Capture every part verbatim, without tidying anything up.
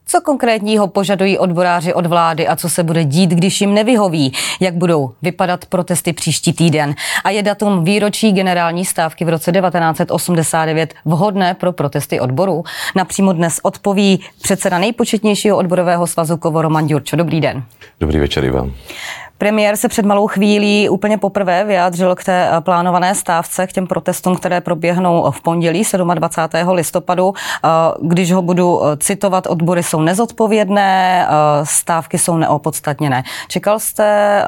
Co konkrétního požadují odboráři od vlády a co se bude dít, když jim nevyhoví? Jak budou vypadat protesty příští týden? A je datum výročí generální stávky v roce devatenáct set osmdesát devět vhodné pro protesty odborů? Napřímo dnes odpoví předseda nejpočetnějšího odborového svazu Kovo Roman Ďurčo. Dobrý den. Dobrý večer i vám. Premiér se před malou chvílí úplně poprvé vyjádřil k té plánované stávce, k těm protestům, které proběhnou v pondělí dvacátého sedmého listopadu. Když ho budu citovat, odbory jsou nezodpovědné, stávky jsou neopodstatněné. Čekal jste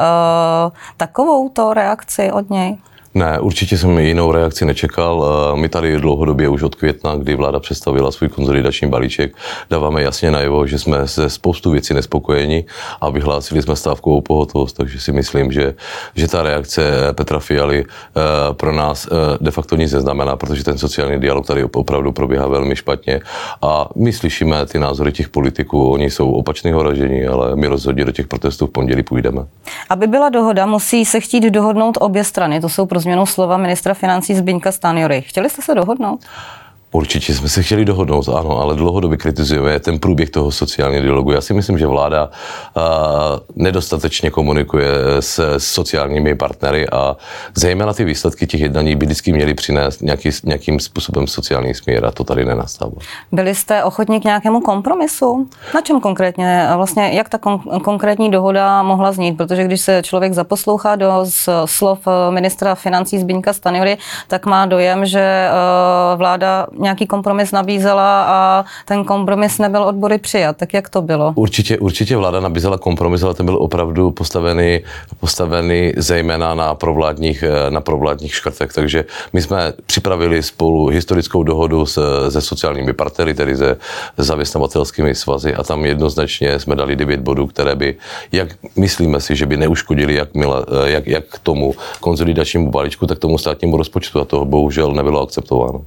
takovouto reakci od něj? Ne, určitě jsem jinou reakci nečekal. My tady dlouhodobě už od května, kdy vláda představila svůj konsolidační balíček, dáváme jasně najevo, že jsme se spoustu věcí nespokojeni a vyhlásili jsme stávkovou pohotovost, takže si myslím, že, že ta reakce Petra Fialy pro nás de facto nic neznamená, protože ten sociální dialog tady opravdu probíhá velmi špatně a my slyšíme ty názory těch politiků, oni jsou opačného ražení, ale my rozhodně do těch protestů v pondělí půjdeme. Aby byla dohoda, musí se chtít dohodnout obě strany, to jsou pro změnu slova ministra financí Zbyňka Stanjury. Chtěli jste se dohodnout? Určitě jsme se chtěli dohodnout, ano, ale dlouhodobě kritizujeme ten průběh toho sociálního dialogu. Já si myslím, že vláda uh, nedostatečně komunikuje s sociálními partnery a zejména ty výsledky těch jednání by vždycky měly přinést nějaký, nějakým způsobem sociální smír a to tady nenastává. Byli jste ochotní k nějakému kompromisu? Na čem konkrétně? Vlastně jak ta kon- konkrétní dohoda mohla znít? Protože když se člověk zaposlouchá do slov ministra financí Zbyňka Stanjury, tak má dojem, že uh, vláda nějaký kompromis nabízela a ten kompromis nebyl odbory přijat. Tak jak to bylo? Určitě, určitě vláda nabízela kompromis, ale ten byl opravdu postavený, postavený zejména na provládních, na provládních škrtech. Takže my jsme připravili spolu historickou dohodu s, se sociálními partnery, tedy se zaměstnavatelskými svazy a tam jednoznačně jsme dali devět bodů, které by, jak myslíme si, že by neuškodili jak, mila, jak, jak k tomu konsolidačnímu balíčku, tak k tomu státnímu rozpočtu a toho bohužel nebylo akceptováno.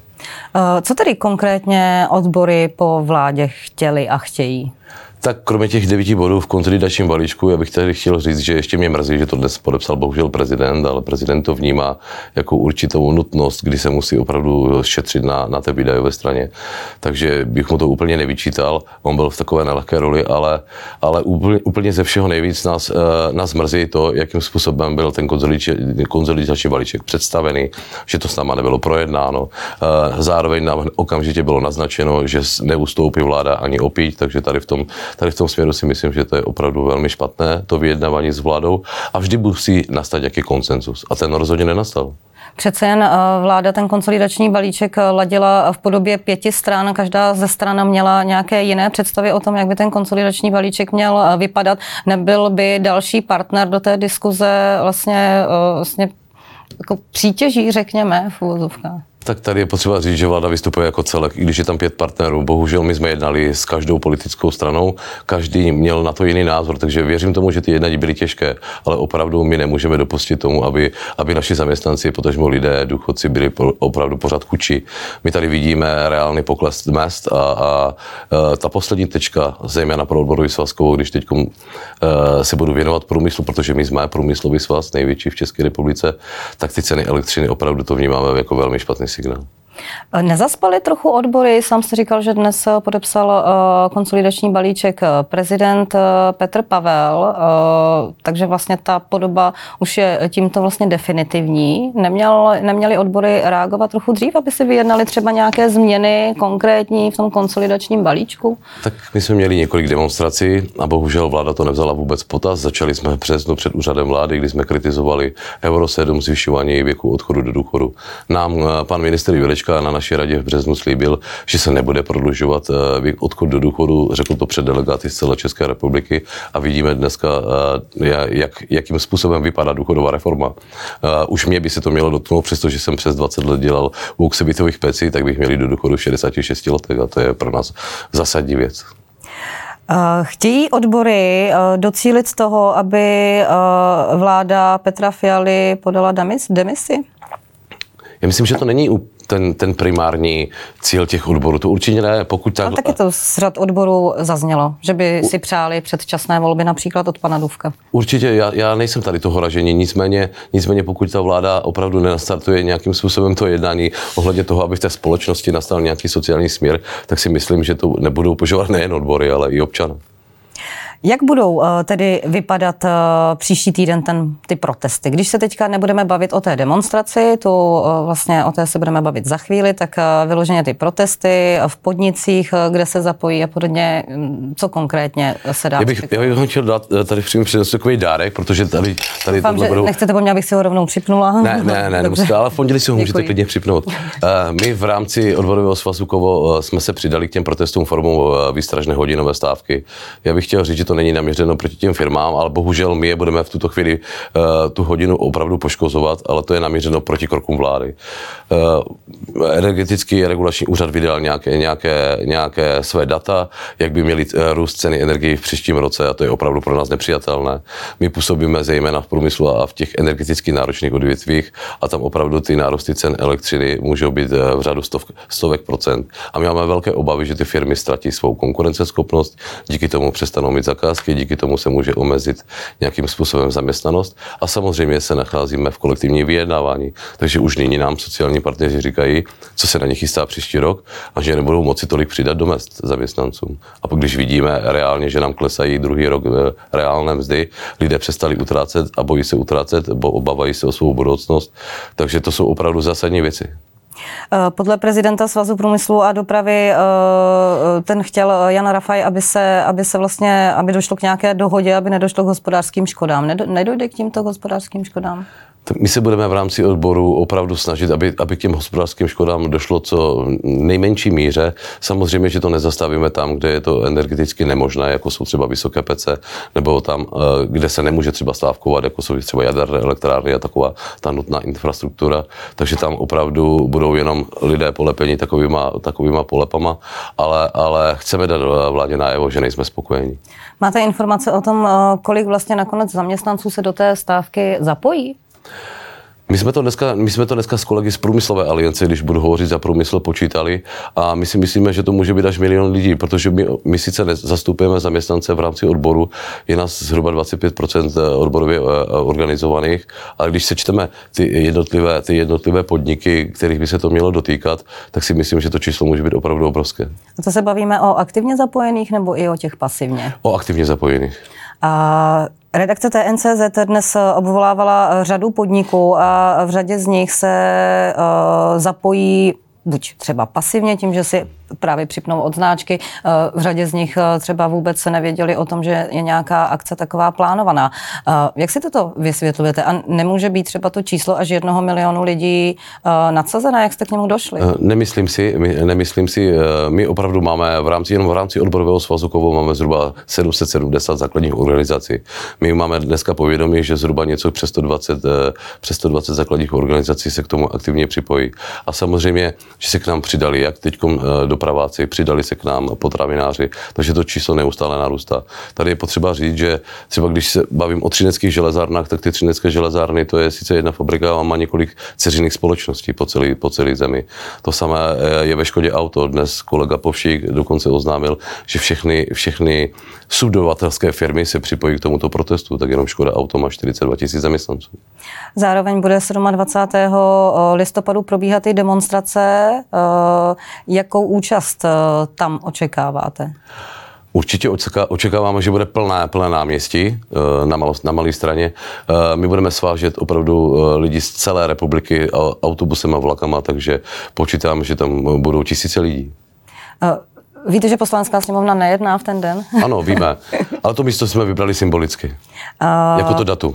Co tedy konkrétně odbory po vládě chtěli a chtějí? Tak kromě těch devíti bodů v konsolidačním balíčku, já bych tady chtěl říct, že ještě mě mrzí, že to dnes podepsal bohužel prezident, ale prezident to vnímá jako určitou nutnost, kdy se musí opravdu šetřit na, na té výdajové straně. Takže bych mu to úplně nevyčítal, on byl v takové nelehké roli, ale, ale úplně, úplně ze všeho nejvíc nás, nás mrzí to, jakým způsobem byl ten konsolidační balíček představený, že to s náma nebylo projednáno. Zároveň nám okamžitě bylo naznačeno, že neustoupí vláda ani opít, takže tady v tom Tady v tom směru si myslím, že to je opravdu velmi špatné, to vyjednávání s vládou a vždy musí nastat nějaký konsenzus. A ten rozhodně nenastal. Přece jen vláda ten konsolidační balíček ladila v podobě pěti stran. Každá ze stran měla nějaké jiné představy o tom, jak by ten konsolidační balíček měl vypadat. Nebyl by další partner do té diskuze vlastně, vlastně jako přítěží, řekněme, v uvozovkách? Tak tady je potřeba říct, že vláda vystupuje jako celek, i když je tam pět partnerů. Bohužel my jsme jednali s každou politickou stranou, každý měl na to jiný názor, takže věřím tomu, že ty jednání byly těžké, ale opravdu my nemůžeme dopustit tomu, aby, aby naši zaměstnanci, potažmo lidé, důchodci byli opravdu pořád chudší. My tady vidíme reálný pokles mezd a, a, a ta poslední tečka, zejména pro odborový svaz Kovo, když teď uh, se budu věnovat průmyslu, protože my jsme průmyslový svaz největší v České republice, tak ty ceny elektřiny opravdu to vnímáme jako velmi špatný signál. Nezaspaly trochu odbory? Sám jste říkal, že dnes podepsal uh, konsolidační balíček prezident uh, Petr Pavel, uh, takže vlastně ta podoba už je tímto vlastně definitivní. Neměl, neměli odbory reagovat trochu dřív, aby si vyjednali třeba nějaké změny konkrétní v tom konsolidačním balíčku? Tak my jsme měli několik demonstrací a bohužel vláda to nevzala vůbec potaz. Začali jsme v březnu před úřadem vlády, kdy jsme kritizovali Euro sedm, zvyšování věku odchodu do důchodu. Nám uh, pan ministr Jurečka na naší radě v březnu slíbil, že se nebude prodlužovat věk odchod do důchodu, řekl to před delegáty z celé České republiky a vidíme dneska, jak, jakým způsobem vypadá důchodová reforma. Už mě by se to mělo dotknout, přestože jsem přes dvacet let dělal u oxybitových pecí, tak bych měl jít do důchodu v šedesáti šesti letech a to je pro nás zásadní věc. Chtějí odbory docílit toho, aby vláda Petra Fialy podala demisi? Já myslím, že to není ten, ten primární cíl těch odborů. To určitě ne. Pokud tak... A taky to z řad odborů zaznělo, že by si přáli předčasné volby například od pana Dufka. Určitě, já, já nejsem tady toho ražení, nicméně, nicméně pokud ta vláda opravdu nenastartuje nějakým způsobem to jednání ohledně toho, aby v té společnosti nastal nějaký sociální směr, tak si myslím, že to nebudou požadovat nejen odbory, ale i občany. Jak budou uh, tedy vypadat uh, příští týden ten, ty protesty? Když se teďka nebudeme bavit o té demonstraci, to uh, vlastně o té se budeme bavit za chvíli, tak uh, vyloženě ty protesty v podnicích, uh, kde se zapojí a podobně, co konkrétně se dá? Já bych, já bych chtěl dát tady přímo přinést takový dárek, protože tady... tady Doufám, že budou... nechcete po mně, abych si ho rovnou připnula? Ne, ne, ne, nemusíte, ale v pondělí si ho můžete klidně připnout. Uh, my v rámci odborového svazu Kovo uh, jsme se přidali k těm protestům formou uh, výstražné hodinové stávky. Já bych chtěl říct, že to není naměřeno proti těm firmám, ale bohužel my je budeme v tuto chvíli uh, tu hodinu opravdu poškozovat, ale to je naměřeno proti krokům vlády. Uh, energetický regulační úřad vydal nějaké, nějaké, nějaké své data, jak by měly uh, růst ceny energií v příštím roce a to je opravdu pro nás nepřijatelné. My působíme zejména v průmyslu a v těch energeticky náročných odvětvích a tam opravdu ty nárůsty cen elektřiny můžou být uh, v řádu stov, stovek procent. A my máme velké obavy, že ty firmy ztratí svou konkurenceschopnost, díky tomu přestanou mít zakázky, díky tomu se může omezit nějakým způsobem zaměstnanost a samozřejmě se nacházíme v kolektivním vyjednávání. Takže už nyní nám sociální partneři říkají, co se na nich chystá příští rok a že nebudou moci tolik přidat do mezd zaměstnancům. A pak když vidíme reálně, že nám klesají druhý rok reálné mzdy, lidé přestali utrácet a bojí se utrácet, bo obávají se o svou budoucnost, takže to jsou opravdu zásadní věci. Podle prezidenta Svazu průmyslu a dopravy ten chtěl Jan Rafaj, aby se, aby se vlastně, aby došlo k nějaké dohodě, aby nedošlo k hospodářským škodám. Nedojde k tímto hospodářským škodám? My se budeme v rámci odboru opravdu snažit, aby, aby k těm hospodářským škodám došlo co nejmenší míře. Samozřejmě, že to nezastavíme tam, kde je to energeticky nemožné, jako jsou třeba vysoké pece, nebo tam, kde se nemůže třeba stávkovat, jako jsou třeba jaderné elektrárny a taková ta nutná infrastruktura. Takže tam opravdu budou jenom lidé polepeni takovýma, takovýma polepama, ale, ale chceme dát vládě najevo, že nejsme spokojeni. Máte informace o tom, kolik vlastně nakonec zaměstnanců se do té stávky zapojí? My jsme, to dneska, my jsme to dneska s kolegy z Průmyslové aliance, když budu hovořit za průmysl, počítali a my si myslíme, že to může být až milion lidí, protože my, my sice zastupujeme zaměstnance v rámci odboru, je nás zhruba dvacet pět procent odborově organizovaných, ale když sečteme ty jednotlivé, ty jednotlivé podniky, kterých by se to mělo dotýkat, tak si myslím, že to číslo může být opravdu obrovské. A to se bavíme o aktivně zapojených nebo i o těch pasivně? O aktivně zapojených. A redakce T N C Z dnes obvolávala řadu podniků a v řadě z nich se uh, zapojí buď třeba pasivně tím, že si právě připnou od značky. V řadě z nich třeba vůbec se nevěděli o tom, že je nějaká akce taková plánovaná. Jak si toto vysvětlujete? A nemůže být třeba to číslo až jednoho milionu lidí nadsazené? Jak jste k němu došli? Nemyslím si, my, nemyslím si. My opravdu máme v rámci, jenom v rámci odborového svazu Kovo máme zhruba sedm set sedmdesát základních organizací. My máme dneska povědomí, že zhruba něco přes sto dvacet, přes sto dvacet základních organizací se k tomu aktivně připojí. A samozřejmě, že se k nám přidali, jak teďkom dopraváci, přidali se k nám potravináři, takže to číslo neustále narůstá. Tady je potřeba říct, že třeba když se bavím o třineckých železárnách, tak ty třinecké železárny, to je sice jedna fabrika, ale má několik dceřiných společností po celé po celé zemi. To samé je ve Škodě Auto. Dnes kolega Povšík dokonce oznámil, že všechny, všechny subdodavatelské firmy se připojí k tomuto protestu, tak jenom Škoda Auto má čtyřicet dva tisíc zaměstnanců. Zároveň bude dvacátého sedmého listopadu probíhat i demonstrace. Jakou účast tam očekáváte? Určitě očekáváme, že bude plné, plné náměstí na, malo, na malé straně. My budeme svážet opravdu lidi z celé republiky autobusem a vlakama, takže počítám, že tam budou tisíce lidí. Víte, že Poslanecká sněmovna nejedná v ten den? Ano, víme. Ale to místo jsme vybrali symbolicky. Uh... Jako to datum.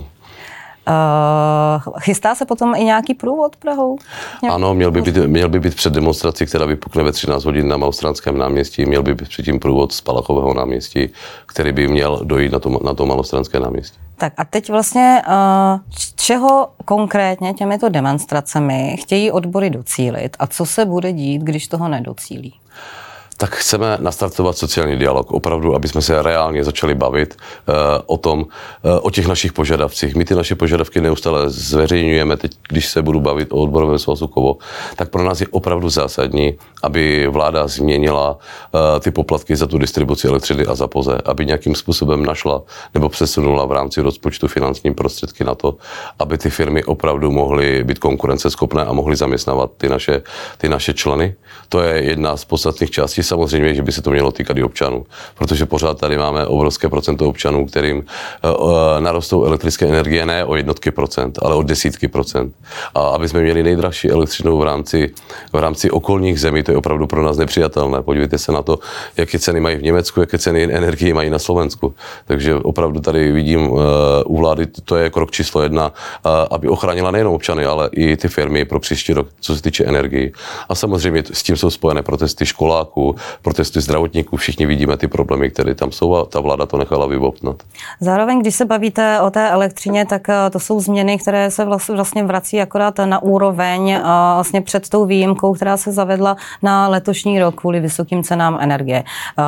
Uh, chystá se potom i nějaký průvod Prahou? Nějaký ano, měl by, být, měl by být před demonstrací, která vypukne ve třináct hodin na Malostranském náměstí, měl by být předtím průvod z Palachového náměstí, který by měl dojít na to, na to Malostranské náměstí. Tak a teď vlastně, uh, čeho konkrétně těmito demonstracemi chtějí odbory docílit a co se bude dít, když toho nedocílí? tak chceme nastartovat sociální dialog, opravdu, aby jsme se reálně začali bavit uh, o tom, uh, o těch našich požadavcích. My ty naše požadavky neustále zveřejňujeme. Teď, když se budu bavit o odborovém svazu Kovo, tak pro nás je opravdu zásadní, aby vláda změnila uh, ty poplatky za tu distribuci elektřiny a za POZE, aby nějakým způsobem našla nebo přesunula v rámci rozpočtu finanční prostředky na to, aby ty firmy opravdu mohly být konkurenceschopné a mohly zaměstnávat ty naše, ty naše členy. To je jedna z podstatných částí. Samozřejmě, že by se to mělo týkat i občanů, protože pořád tady máme obrovské procento občanů, kterým uh, uh, narostou elektrické energie ne o jednotky procent, ale o desítky procent. A aby jsme měli nejdražší elektřinu v rámci, v rámci okolních zemí, to je opravdu pro nás nepřijatelné. Podívejte se na to, jaké ceny mají v Německu, jaké ceny energie mají na Slovensku. Takže opravdu tady vidím uh, u vlády, to je krok číslo jedna, uh, aby ochránila nejen občany, ale i ty firmy pro příští rok, co se týče energií. A samozřejmě s tím jsou spojené protesty školáků, protesty zdravotníků, všichni vidíme ty problémy, které tam jsou a ta vláda to nechala vybobtnout. Zároveň, když se bavíte o té elektřině, tak to jsou změny, které se vlastně vrací akorát na úroveň vlastně před tou výjimkou, která se zavedla na letošní rok kvůli vysokým cenám energie.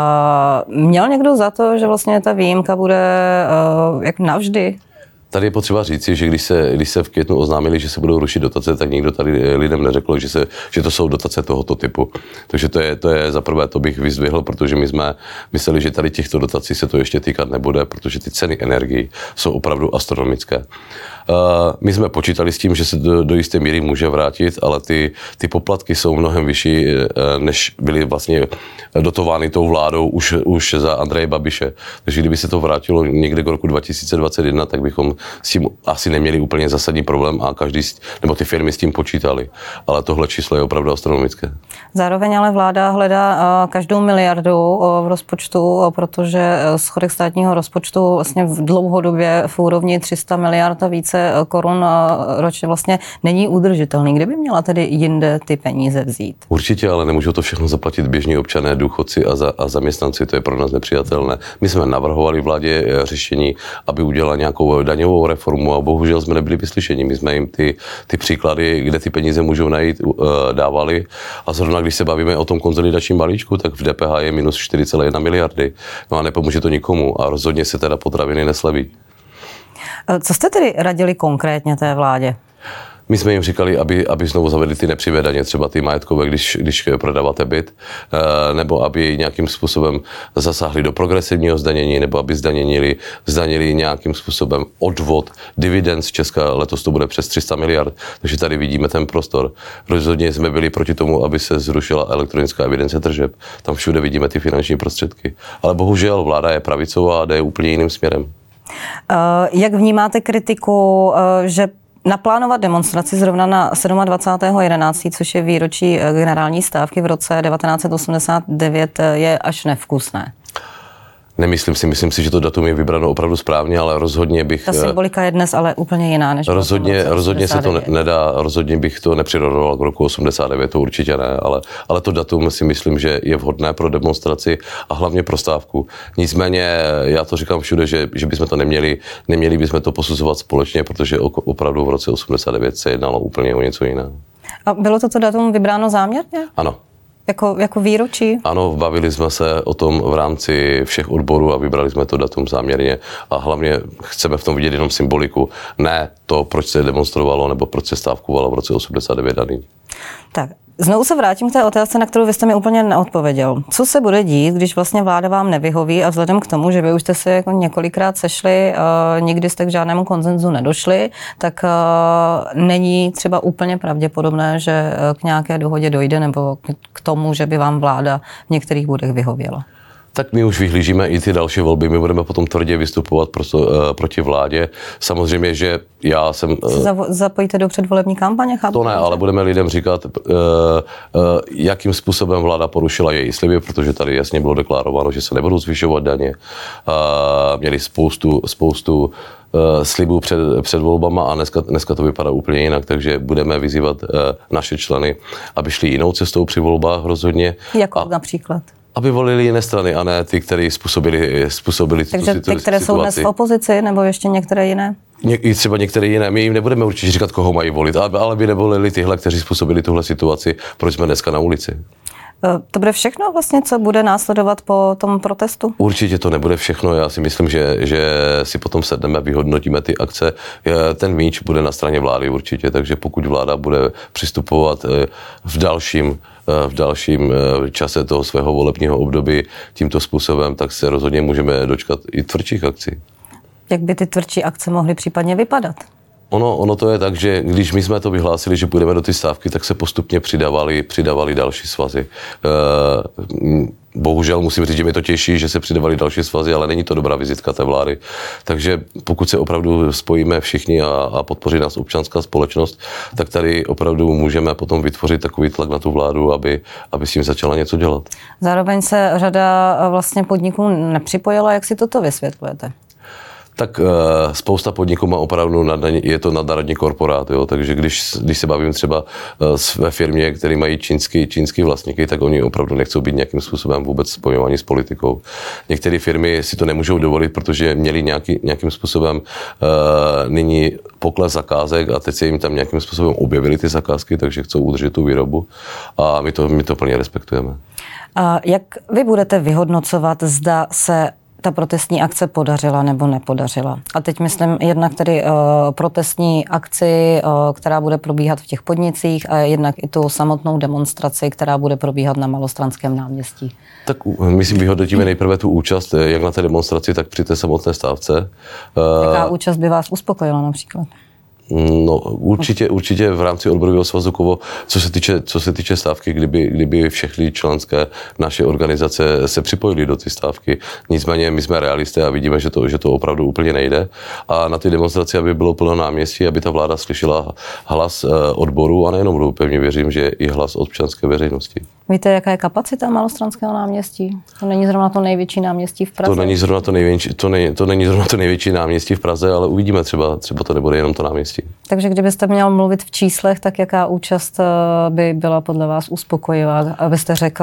Měl někdo za to, že vlastně ta výjimka bude jak navždy? Tady je potřeba říci, že když se, když se v květnu oznámili, že se budou rušit dotace, tak nikdo tady lidem neřekl, že, se, že to jsou dotace tohoto typu. Takže to je, to je za prvé, to bych vyzdvihl, protože my jsme mysleli, že tady těchto dotací se to ještě týkat nebude, protože ty ceny energií jsou opravdu astronomické. My jsme počítali s tím, že se do, do jisté míry může vrátit, ale ty, ty poplatky jsou mnohem vyšší, než byly vlastně dotovány tou vládou už, už za Andreje Babiše. Takže kdyby se to vrátilo někde k roku dva tisíce dvacet jedna, tak bychom s tím asi neměli úplně zásadní problém a každý, nebo ty firmy s tím počítali. Ale tohle číslo je opravdu astronomické. Zároveň ale vláda hledá každou miliardu v rozpočtu, protože schodek státního rozpočtu vlastně v dlouhodobě v úrovni tři sta miliard a více korun ročně vlastně není udržitelný. Kde by měla tedy jinde ty peníze vzít? Určitě, ale nemůžou to všechno zaplatit běžní občané, důchodci a, za, a zaměstnanci. To je pro nás nepřijatelné. My jsme navrhovali vládě řešení, aby udělala nějakou daňovou reformu a bohužel jsme nebyli vyslyšeni. My jsme jim ty, ty příklady, kde ty peníze můžou najít, dávali. A zrovna když se bavíme o tom konsolidačním balíčku, tak v D P H je minus čtyři celé jedna miliardy. No a nepomůže to nikomu a rozhodně se teda potraviny nesleví. Co jste tedy radili konkrétně té vládě? My jsme jim říkali, aby, aby znovu zavedli ty nepřímé daně, třeba ty majetkové, když, když prodáváte byt, nebo aby nějakým způsobem zasáhli do progresivního zdanění, nebo aby zdaněnili, zdaněli nějakým způsobem odvod dividend z Česka. Letos to bude přes tři sta miliard, takže tady vidíme ten prostor. Rozhodně jsme byli proti tomu, aby se zrušila elektronická evidence tržeb. Tam všude vidíme ty finanční prostředky. Ale bohužel vláda je pravicová a jde úplně jiným směrem. Jak vnímáte kritiku, že naplánovat demonstraci zrovna na dvacátého sedmého jedenáctého, což je výročí generální stávky v roce devatenáct set osmdesát devět, je až nevkusné? Nemyslím si, myslím si, že to datum je vybráno opravdu správně, ale rozhodně bych... Ta symbolika je dnes ale úplně jiná než rozhodně, rozhodně se to nedá, rozhodně bych to nepřirovnal k roku osmdesát devět, to určitě ne, ale, ale to datum si myslím, že je vhodné pro demonstraci a hlavně pro stávku. Nicméně já to říkám všude, že, že bychom to neměli, neměli bychom to posuzovat společně, protože opravdu v roce osmdesát devět se jednalo úplně o něco jiného. A bylo toto datum vybráno záměrně? Ano. Jako, jako výročí? Ano, bavili jsme se o tom v rámci všech odborů a vybrali jsme to datum záměrně a hlavně chceme v tom vidět jenom symboliku, ne to, proč se demonstrovalo nebo proč se stávkovalo v roce osmdesát devět a nyní. Tak, znovu se vrátím k té otázce, na kterou vy jste mi úplně neodpověděl. Co se bude dít, když vlastně vláda vám nevyhoví a vzhledem k tomu, že vy už jste se jako několikrát sešli, uh, nikdy jste k žádnému konsenzu nedošli, tak uh, není třeba úplně pravděpodobné, že k nějaké dohodě dojde nebo k tomu, že by vám vláda v některých bodech vyhověla? Tak my už vyhlížíme i ty další volby, my budeme potom tvrdě vystupovat proto, uh, proti vládě. Samozřejmě, že já jsem... Uh, Zapojíte do předvolební kampaně? Chápu, to ne, ale budeme lidem říkat, uh, uh, jakým způsobem vláda porušila její sliby, protože tady jasně bylo deklarováno, že se nebudou zvyšovat daně. Uh, měli spoustu, spoustu uh, slibů před, před volbama a dneska, dneska to vypadá úplně jinak, takže budeme vyzývat uh, naše členy, aby šli jinou cestou při volbách rozhodně. Jako a, například? Aby volili jiné strany a ne ty, které způsobili, způsobili tu Takže ty, které situaci. Jsou dnes v opozici, nebo ještě některé jiné? Ně, I třeba některé jiné. My jim nebudeme určitě říkat, koho mají volit, ale, ale by nevolili tyhle, kteří způsobili tuhle situaci, proč jsme dneska na ulici. To bude všechno vlastně, co bude následovat po tom protestu? Určitě to nebude všechno. Já si myslím, že, že si potom sedneme, vyhodnotíme ty akce. Ten míč bude na straně vlády určitě, takže pokud vláda bude přistupovat v dalším, v dalším čase toho svého volebního období tímto způsobem, tak se rozhodně můžeme dočkat i tvrdších akcí. Jak by ty tvrdší akce mohly případně vypadat? Ono, ono to je tak, že když my jsme to vyhlásili, že půjdeme do ty stávky, tak se postupně přidávali, přidávali další svazy. Bohužel musím říct, že mě to těší, že se přidávali další svazy, ale není to dobrá vizitka té vlády. Takže pokud se opravdu spojíme všichni a, a podpoří nás občanská společnost, tak tady opravdu můžeme potom vytvořit takový tlak na tu vládu, aby, aby s tím začala něco dělat. Zároveň se řada vlastně podniků nepřipojila. Jak si toto vysvětlujete? Tak e, spousta podniků má opravdu, naddaň, je to nadnárodní korporát, jo, takže když, když se bavím třeba e, ve firmě, které mají čínský, čínský vlastníky, tak oni opravdu nechcou být nějakým způsobem vůbec spojovaní s politikou. Některé firmy si to nemůžou dovolit, protože měli nějaký, nějakým způsobem e, nyní pokles zakázek a teď se jim tam nějakým způsobem objevily ty zakázky, takže chcou udržet tu výrobu a my to, my to plně respektujeme. A jak vy budete vyhodnocovat, zda se ta protestní akce podařila nebo nepodařila? A teď myslím jednak tedy uh, protestní akci, uh, která bude probíhat v těch podnicích a jednak i tu samotnou demonstraci, která bude probíhat na Malostranském náměstí. Tak myslím, vyhodnotíme nejprve tu účast, jak na té demonstraci, tak při té samotné stávce. Jaká uh, účast by vás uspokojila například? No, určitě, určitě v rámci odborového svazu Kovo, co se týče, co se týče stávky, kdyby, kdyby všechny členské naše organizace se připojily do ty stávky. Nicméně my jsme realisté a vidíme, že to, že to opravdu úplně nejde. A na ty demonstraci, aby bylo plno náměstí, aby ta vláda slyšela hlas odboru a nejenom budu pevně věřím, že i hlas občanské veřejnosti. Víte, jaká je kapacita Malostranského náměstí? To není zrovna to největší náměstí v Praze? To není zrovna to největší, to nej, to není zrovna to největší náměstí v Praze, ale uvidíme, třeba, třeba to nebude jenom to náměstí. Takže kdybyste měl mluvit v číslech, tak jaká účast by byla podle vás uspokojivá? Abyste řekl,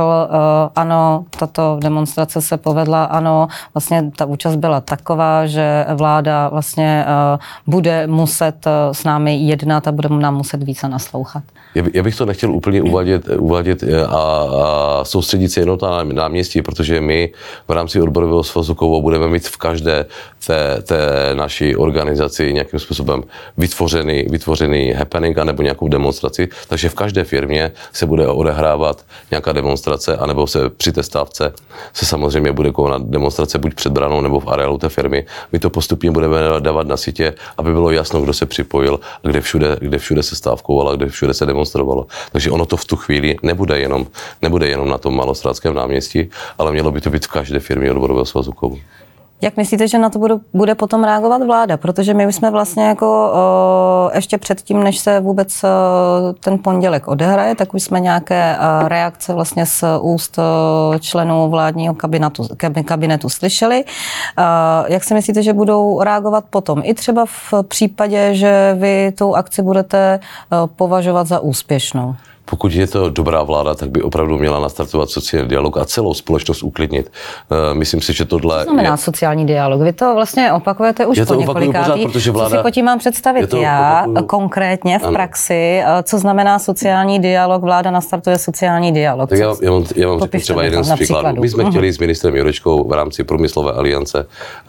ano, tato demonstrace se povedla, ano, vlastně ta účast byla taková, že vláda vlastně bude muset s námi jednat a bude nám muset více naslouchat. Já bych to nechtěl úplně uvádět, uvádět a, a soustředit se jenom na náměstí, protože my v rámci odborového svazu Kovo budeme mít v každé té, té naší organizaci nějakým způsobem vytvořený, vytvořený happening anebo nějakou demonstraci, takže v každé firmě se bude odehrávat nějaká demonstrace, anebo se při té stávce se samozřejmě bude konat demonstrace buď před branou nebo v areálu té firmy. My to postupně budeme dávat na sítě, aby bylo jasno, kdo se připojil a kde všude, kde všude se stávkovalo a kde všude se demonstrovalo. Takže ono to v tu chvíli nebude jenom, nebude jenom na tom Malostranském náměstí, ale mělo by to být v každé firmě odborového svazu Kovo. Jak myslíte, že na to bude, bude potom reagovat vláda? Protože my jsme vlastně jako o, ještě předtím, než se vůbec o, ten pondělek odehraje, tak už jsme nějaké o, reakce vlastně z úst o, členů vládního kabinetu, kabinetu slyšeli. O, jak si myslíte, že budou reagovat potom? I třeba v případě, že vy tu akci budete o, považovat za úspěšnou? Pokud je to dobrá vláda, tak by opravdu měla nastartovat sociální dialog a celou společnost uklidnit. Myslím si, že tohle... Co znamená je... sociální dialog? Vy to vlastně opakujete už po několikátý. Vláda... Co si pod tím mám představit já opakuju... konkrétně v ano. praxi? Co znamená sociální dialog? Vláda nastartuje sociální dialog. Tak já, já mám, já mám třeba jeden z příkladů. My jsme uh-huh. chtěli s ministrem Jurečkou v rámci Průmyslové aliance uh,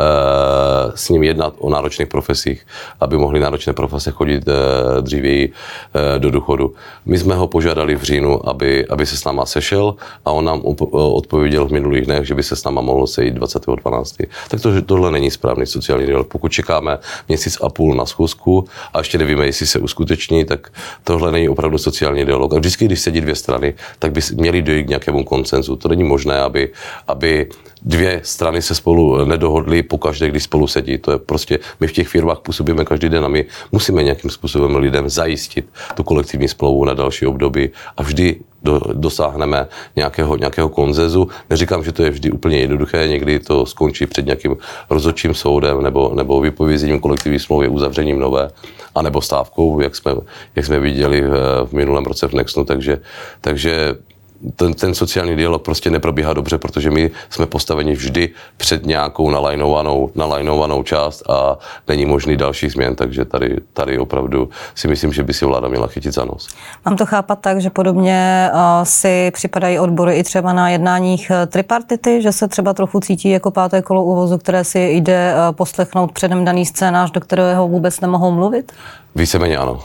s ním jednat o náročných profesích, aby mohli náročné profese chodit uh, dřívěji uh, do důchodu. My jsme ho požádali Žádali v říjnu, aby, aby se s náma sešel a on nám odpověděl v minulých dnech, že by se s náma mohl sejít dvacátého dvanáctého Tak to, tohle není správný sociální dialog. Pokud čekáme měsíc a půl na schůzku a ještě nevíme, jestli se uskuteční, tak tohle není opravdu sociální dialog. A vždycky, když sedí dvě strany, tak by měli dojít k nějakému konsenzu. To není možné, aby, aby dvě strany se spolu nedohodly pokaždé, když spolu sedí. To je prostě, my v těch firmách působíme každý den a my musíme nějakým způsobem lidem zajistit tu kolektivní smlouvu na další období a vždy do, dosáhneme nějakého, nějakého konsenzu. Neříkám, že to je vždy úplně jednoduché, někdy to skončí před nějakým rozhodčím soudem nebo, nebo vypovězením kolektivní smlouvy, uzavřením nové, anebo stávkou, jak jsme, jak jsme viděli v, v minulém roce v Nexnu, takže, takže ten, ten sociální dialog prostě neprobíhá dobře, protože my jsme postaveni vždy před nějakou nalajnovanou, nalajnovanou část a není možný další změn, takže tady, tady opravdu si myslím, že by si vláda měla chytit za nos. Mám to chápat tak, že podobně uh, si připadají odbory i třeba na jednáních tripartity, že se třeba trochu cítí jako páté kolo úvozu, které si jde uh, poslechnout předem daný scénář, do kterého vůbec nemohou mluvit? Víceméně ano.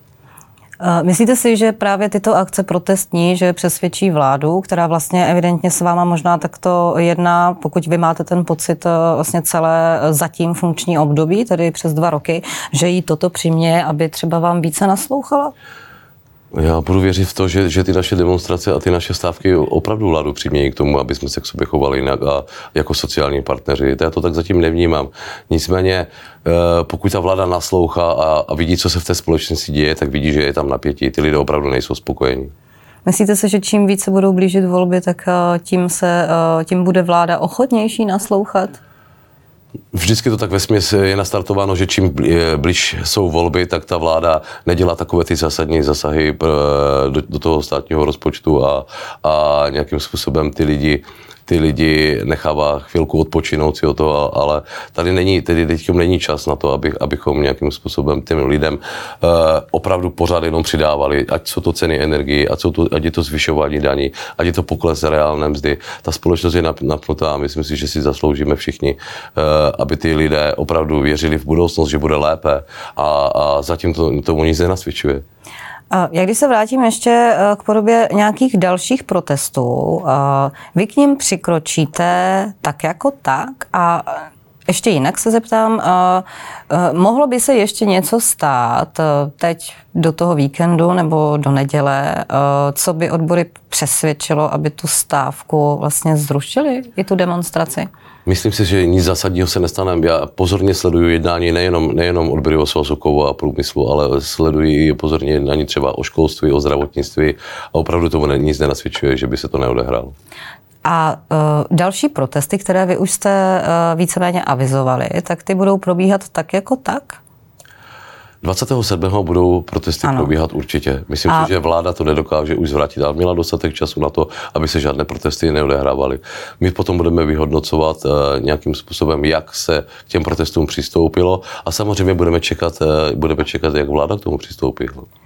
Myslíte si, že právě tyto akce protestní, že přesvědčí vládu, která vlastně evidentně s váma možná takto jedná, pokud vy máte ten pocit vlastně celé zatím funkční období, tedy přes dva roky, že jí toto přiměje, aby třeba vám více naslouchala? Já budu věřit v to, že, že ty naše demonstrace a ty naše stávky opravdu vládu přimějí k tomu, aby jsme se k sobě chovali jinak a jako sociální partneři. Já to tak zatím nevnímám. Nicméně, pokud ta vláda naslouchá a, a vidí, co se v té společnosti děje, tak vidí, že je tam napětí. Ty lidé opravdu nejsou spokojení. Myslíte si, že čím více budou blížit volby, tak tím, se, tím bude vláda ochotnější naslouchat? Vždycky to tak vesměs je nastartováno, že čím blíž jsou volby, tak ta vláda nedělá takové ty zásadní zasahy do, do toho státního rozpočtu a, a nějakým způsobem ty lidi ty lidi nechává chvilku odpočinout si od toho, ale tady není, tedy teď není čas na to, aby, abychom nějakým způsobem těm lidem uh, opravdu pořád jenom přidávali, ať jsou to ceny energii, ať, jsou to, ať je to zvyšování daní, ať je to pokles reálné mzdy. Ta společnost je napnutá a myslím si, že si zasloužíme všichni, uh, aby ty lidé opravdu věřili v budoucnost, že bude lépe a, a zatím to, tomu nic nenasvědčuje. Jak když se vrátím ještě k podobě nějakých dalších protestů, vy k nim přikročíte tak jako tak a ještě jinak se zeptám, mohlo by se ještě něco stát teď do toho víkendu nebo do neděle, co by odbory přesvědčilo, aby tu stávku vlastně zrušili, i tu demonstraci? Myslím si, že nic zásadního se nestane. Já pozorně sleduju jednání nejenom, nejenom odborového svazu kovu a průmyslu, ale sleduji pozorně jednání třeba o školství, o zdravotnictví a opravdu tomu nic nenasvědčuje, že by se to neodehrálo. A uh, další protesty, které vy už jste uh, víceméně avizovali, tak ty budou probíhat tak jako tak? dvacátého sedmého budou protesty ano. probíhat určitě. Myslím a... si, že vláda to nedokáže už zvrátit, ale měla dostatek času na to, aby se žádné protesty neodehrávaly. My potom budeme vyhodnocovat uh, nějakým způsobem, jak se k těm protestům přistoupilo a samozřejmě budeme čekat, uh, budeme čekat, jak vláda k tomu přistoupí.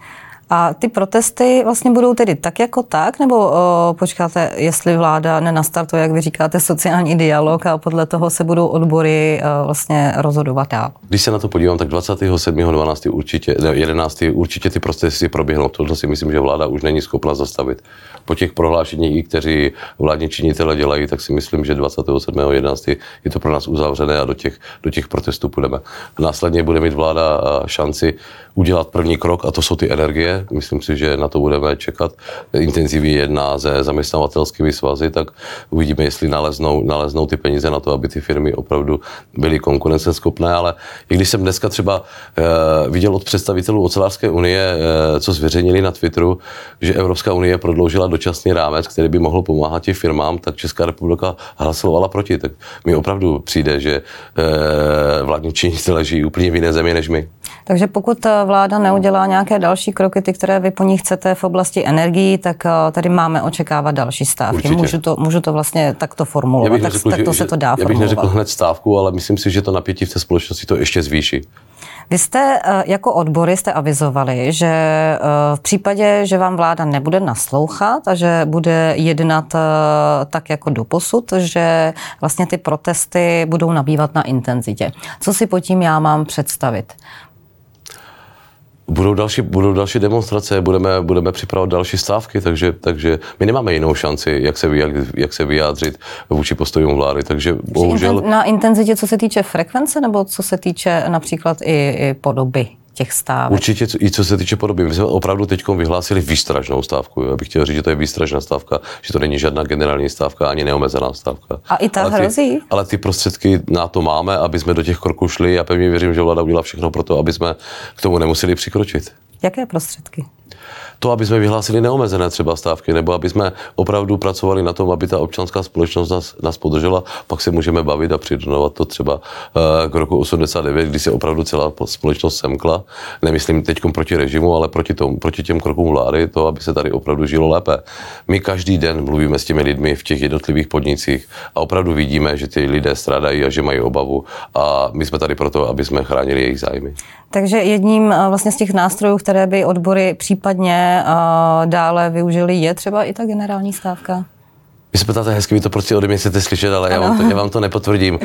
A ty protesty vlastně budou tedy tak jako tak, nebo o, počkáte, jestli vláda nenastartuje, jak vy říkáte, sociální dialog a podle toho se budou odbory o, vlastně rozhodovat dál? Když se na to podívám, tak dvacátého sedmého dvanáctého určitě, ne, jedenáctého určitě ty protesty proběhnou. Tohle si myslím, že vláda už není schopna zastavit. Po těch prohlášeních, kteří vládní činitele dělají, tak si myslím, že dvacátého sedmého jedenáctého je to pro nás uzavřené a do těch, do těch protestů půjdeme. Následně bude mít vláda šanci udělat první krok a to jsou ty energie. Myslím si, že na to budeme čekat. Intenzivně jedná se zaměstnavatelskými svazy, tak uvidíme, jestli naleznou, naleznou ty peníze na to, aby ty firmy opravdu byly konkurenceschopné, ale i když jsem dneska třeba e, viděl od představitelů ocelářské unie, e, co zveřejnili na Twitteru, že Evropská unie prodloužila dočasný rámec, který by mohl pomáhat těm firmám, tak Česká republika hlasovala proti. Tak mi opravdu přijde, že e, vládní činitelé žijí úplně v jiné zemi než my. Takže pokud vláda neudělá nějaké další kroky, ty, které vy po ní chcete v oblasti energií, tak tady máme očekávat další stávky. Můžu to, můžu to vlastně takto formulovat, tak, neřekl, tak to že, se to dá já formulovat. Já bych neřekl hned stávku, ale myslím si, že to napětí v té společnosti to ještě zvýší. Vy jste jako odbory jste avizovali, že v případě, že vám vláda nebude naslouchat a že bude jednat tak jako doposud, že vlastně ty protesty budou nabývat na intenzitě. Co si pod tím já mám představit? Budou další, budou další demonstrace, budeme, budeme připravovat další stávky, takže, takže my nemáme jinou šanci, jak se, jak, jak se vyjádřit vůči postojům vlády, takže bohužel... Na intenzitě, co se týče frekvence, nebo co se týče například i, i podoby těch stávek? Určitě i co se týče podoby. My jsme opravdu teď vyhlásili výstražnou stávku. Já bych chtěl říct, že to je výstražná stávka, že to není žádná generální stávka, ani neomezená stávka. A i ta ale hrozí? Ty, ale ty prostředky na to máme, aby jsme do těch kroků šli a pevně věřím, že vláda udělá všechno pro to, aby jsme k tomu nemuseli přikročit. Jaké prostředky? To, aby jsme vyhlásili neomezené třeba stávky, nebo aby jsme opravdu pracovali na tom, aby ta občanská společnost nás, nás podržela, pak se můžeme bavit a přirovnávat to třeba uh, k roku osmdesát devět, kdy se opravdu celá společnost semkla. Nemyslím teď proti režimu, ale proti, tomu, proti těm krokům vlády, to, aby se tady opravdu žilo lépe. My každý den mluvíme s těmi lidmi v těch jednotlivých podnicích a opravdu vidíme, že ty lidé strádají a že mají obavu a my jsme tady proto, aby jsme chránili jejich zájmy. Takže jedním vlastně z těch nástrojů, které by odbory případně dále využili, je třeba i ta generální stávka? Vy se ptáte hezky, vy to prostě ode mě chcete slyšet, ale já vám, to, já vám to nepotvrdím.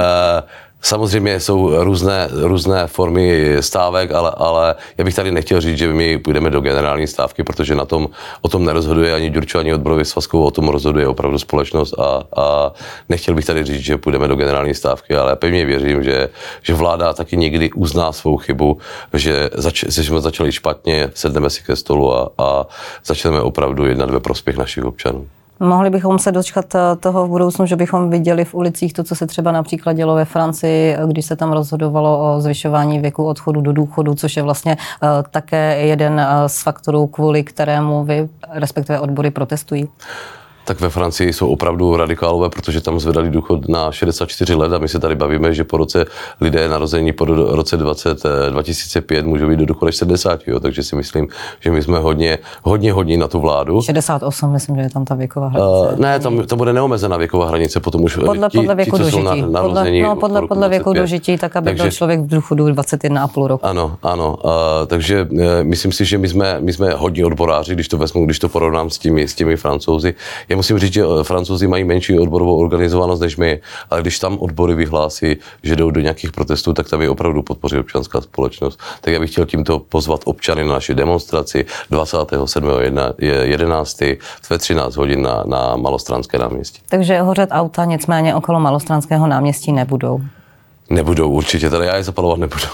Samozřejmě jsou různé, různé formy stávek, ale, ale já bych tady nechtěl říct, že my půjdeme do generální stávky, protože na tom, o tom nerozhoduje ani Ďurčo, ani odborový svazkou, o tom rozhoduje opravdu společnost a, a nechtěl bych tady říct, že půjdeme do generální stávky, ale pevně věřím, že, že vláda taky někdy uzná svou chybu, že, zač, že jsme začali špatně, sedneme si ke stolu a, a začneme opravdu jednat ve prospěch našich občanů. Mohli bychom se dočkat toho v budoucnu, že bychom viděli v ulicích to, co se třeba například dělo ve Francii, když se tam rozhodovalo o zvyšování věku odchodu do důchodu, což je vlastně uh, také jeden z faktorů, kvůli kterému vy, respektive odbory, protestují? Tak ve Francii jsou opravdu radikálové, protože tam zvedali důchod na šedesát čtyři let a my se tady bavíme, že po roce lidé narození po roce dvacet, dva tisíce pět můžou být do důchodu až sedmdesát, jo, takže si myslím, že my jsme hodně, hodně hodní na tu vládu. šedesát osm, myslím, že je tam ta věková hranice. Uh, ne, tam to bude neomezená věková hranice, potom už podle, ti, podle věku ti, dožití. Na, narození podle, no, podle, podle věku dožití, tak aby takže, byl člověk v důchodu dvacet jedna a půl roku. Ano, ano, uh, takže uh, myslím si, že my jsme, my jsme hodní odboráři, když to vezmu, když to porovnám s těmi, s těmi Francouzi. Já musím říct, že Francouzi mají menší odborovou organizovanost než my, ale když tam odbory vyhlásí, že jdou do nějakých protestů, tak tam je opravdu podpoří občanská společnost. Tak já bych chtěl tímto pozvat občany na naši demonstraci dvacátého sedmého jedenáctého ve třináct hodin na, na Malostranské náměstí. Takže hořet auta nicméně okolo Malostranského náměstí nebudou? Nebudou určitě, tady já je zapalovat nebudu.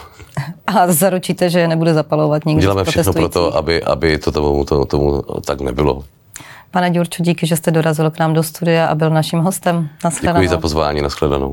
A zaručíte, že je nebude zapalovat nikdo? Děláme všechno pro to, aby, aby to tomu, to, tomu tak nebylo. Pane Ďurčo, díky, že jste dorazil k nám do studia a byl naším hostem. Nashledanou. Děkuji za pozvání, nashledanou.